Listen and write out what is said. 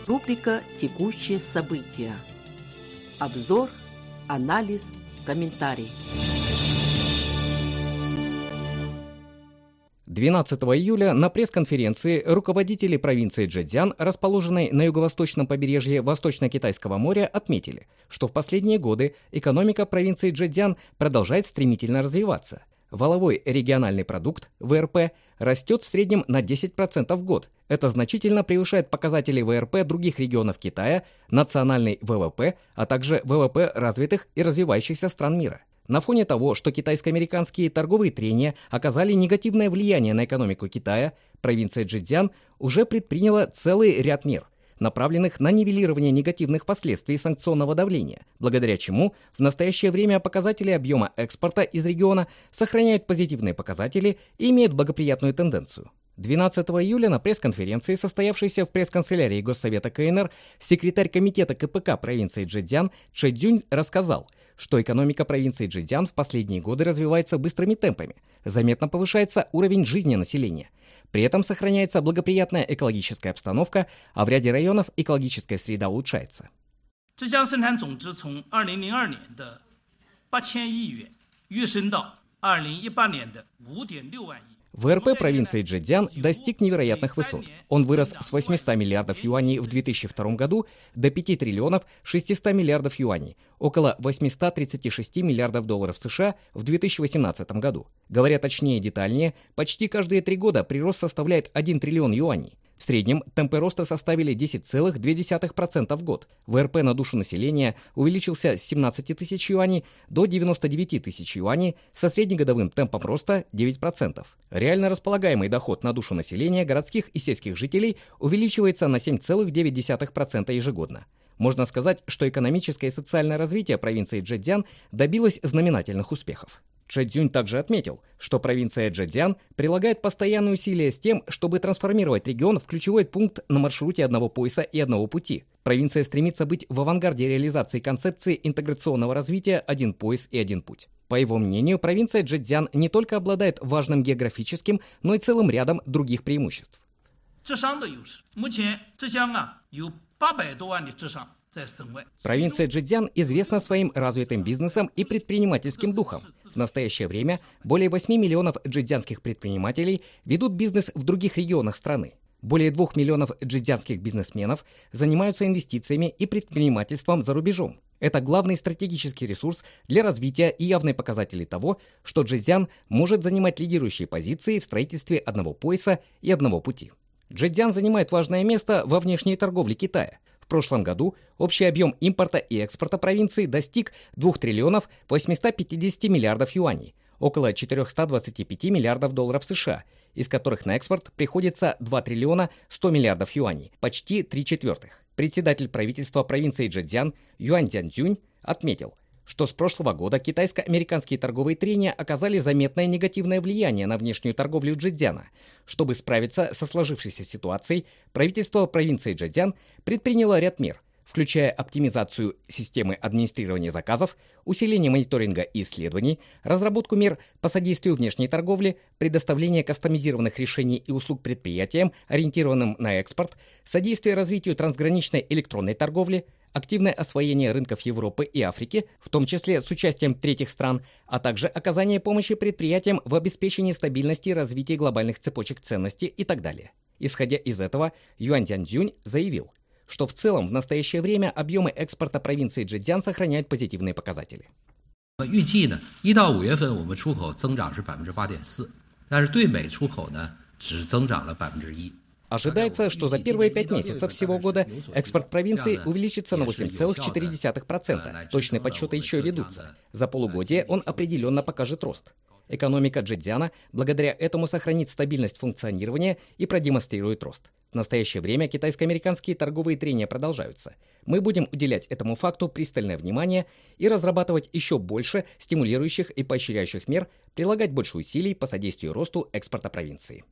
Рубрика «Текущие события». Обзор, анализ, комментарий. 12 июля на пресс-конференции руководители провинции Чжэцзян, расположенной на юго-восточном побережье Восточно-Китайского моря, отметили, что в последние годы экономика провинции Чжэцзян продолжает стремительно развиваться. Валовой региональный продукт, ВРП, растет в среднем на 10% в год. Это значительно превышает показатели ВРП других регионов Китая, национальный ВВП, а также ВВП развитых и развивающихся стран мира. На фоне того, что китайско-американские торговые трения оказали негативное влияние на экономику Китая, провинция Чжэцзян уже предприняла целый ряд мер, направленных на нивелирование негативных последствий санкционного давления, благодаря чему в настоящее время показатели объема экспорта из региона сохраняют позитивные показатели и имеют благоприятную тенденцию. 12 июля на пресс-конференции, состоявшейся в пресс-канцелярии Госсовета КНР, секретарь комитета КПК провинции Чжэцзян Чжэ Цзюнь рассказал, что экономика провинции Чжэцзян в последние годы развивается быстрыми темпами, заметно повышается уровень жизни населения. При этом сохраняется благоприятная экологическая обстановка, а в ряде районов экологическая среда улучшается. ВРП провинции Чжэцзян достиг невероятных высот. Он вырос с 800 миллиардов юаней в 2002 году до 5 триллионов 600 миллиардов юаней, около 836 миллиардов долларов США в 2018 году. Говоря точнее и детальнее, почти каждые 3 года прирост составляет 1 триллион юаней. В среднем темпы роста составили 10,2% в год. ВРП на душу населения увеличился с 17 тысяч юаней до 99 тысяч юаней со среднегодовым темпом роста 9%. Реально располагаемый доход на душу населения городских и сельских жителей увеличивается на 7,9% ежегодно. Можно сказать, что экономическое и социальное развитие провинции Чжэцзян добилось знаменательных успехов. Чжэ Цзюнь также отметил, что провинция Чжэцзян прилагает постоянные усилия с тем, чтобы трансформировать регион в ключевой пункт на маршруте одного пояса и одного пути. Провинция стремится быть в авангарде реализации концепции интеграционного развития «один пояс и один путь». По его мнению, провинция Чжэцзян не только обладает важным географическим, но и целым рядом других преимуществ. Провинция Чжэцзян известна своим развитым бизнесом и предпринимательским духом. В настоящее время более 8 миллионов чжэцзянских предпринимателей ведут бизнес в других регионах страны. Более 2 миллионов чжэцзянских бизнесменов занимаются инвестициями и предпринимательством за рубежом. Это главный стратегический ресурс для развития и явный показатель того, что Чжэцзян может занимать лидирующие позиции в строительстве одного пояса и одного пути. Чжэцзян занимает важное место во внешней торговле Китая. В прошлом году общий объем импорта и экспорта провинции достиг 2 триллионов 850 миллиардов юаней, около 425 миллиардов долларов США, из которых на экспорт приходится 2 триллиона 100 миллиардов юаней, почти 3/4. Председатель правительства провинции Чжэцзян Юань Цзяньцзюнь отметил, что с прошлого года китайско-американские торговые трения оказали заметное негативное влияние на внешнюю торговлю Чжэцзяна. Чтобы справиться со сложившейся ситуацией, правительство провинции Чжэцзян предприняло ряд мер, включая оптимизацию системы администрирования заказов, усиление мониторинга и исследований, разработку мер по содействию внешней торговле, предоставление кастомизированных решений и услуг предприятиям, ориентированным на экспорт, содействие развитию трансграничной электронной торговли, активное освоение рынков Европы и Африки, в том числе с участием третьих стран, а также оказание помощи предприятиям в обеспечении стабильности и развития глобальных цепочек ценностей и так далее. Исходя из этого, Юань Цзяньцзюнь заявил, что в целом в настоящее время объемы экспорта провинции Чжэцзян сохраняют позитивные показатели. 预计呢，1到5月份我们出口增长是 8.4%， 但是对美出口呢只增长了 1%。 Ожидается, что за первые 5 месяцев всего года экспорт провинции увеличится на 8,4%. Точные подсчеты еще ведутся. За полугодие он определенно покажет рост. Экономика Чжэцзяна благодаря этому сохранит стабильность функционирования и продемонстрирует рост. В настоящее время китайско-американские торговые трения продолжаются. Мы будем уделять этому факту пристальное внимание и разрабатывать еще больше стимулирующих и поощряющих мер, прилагать больше усилий по содействию росту экспорта провинции.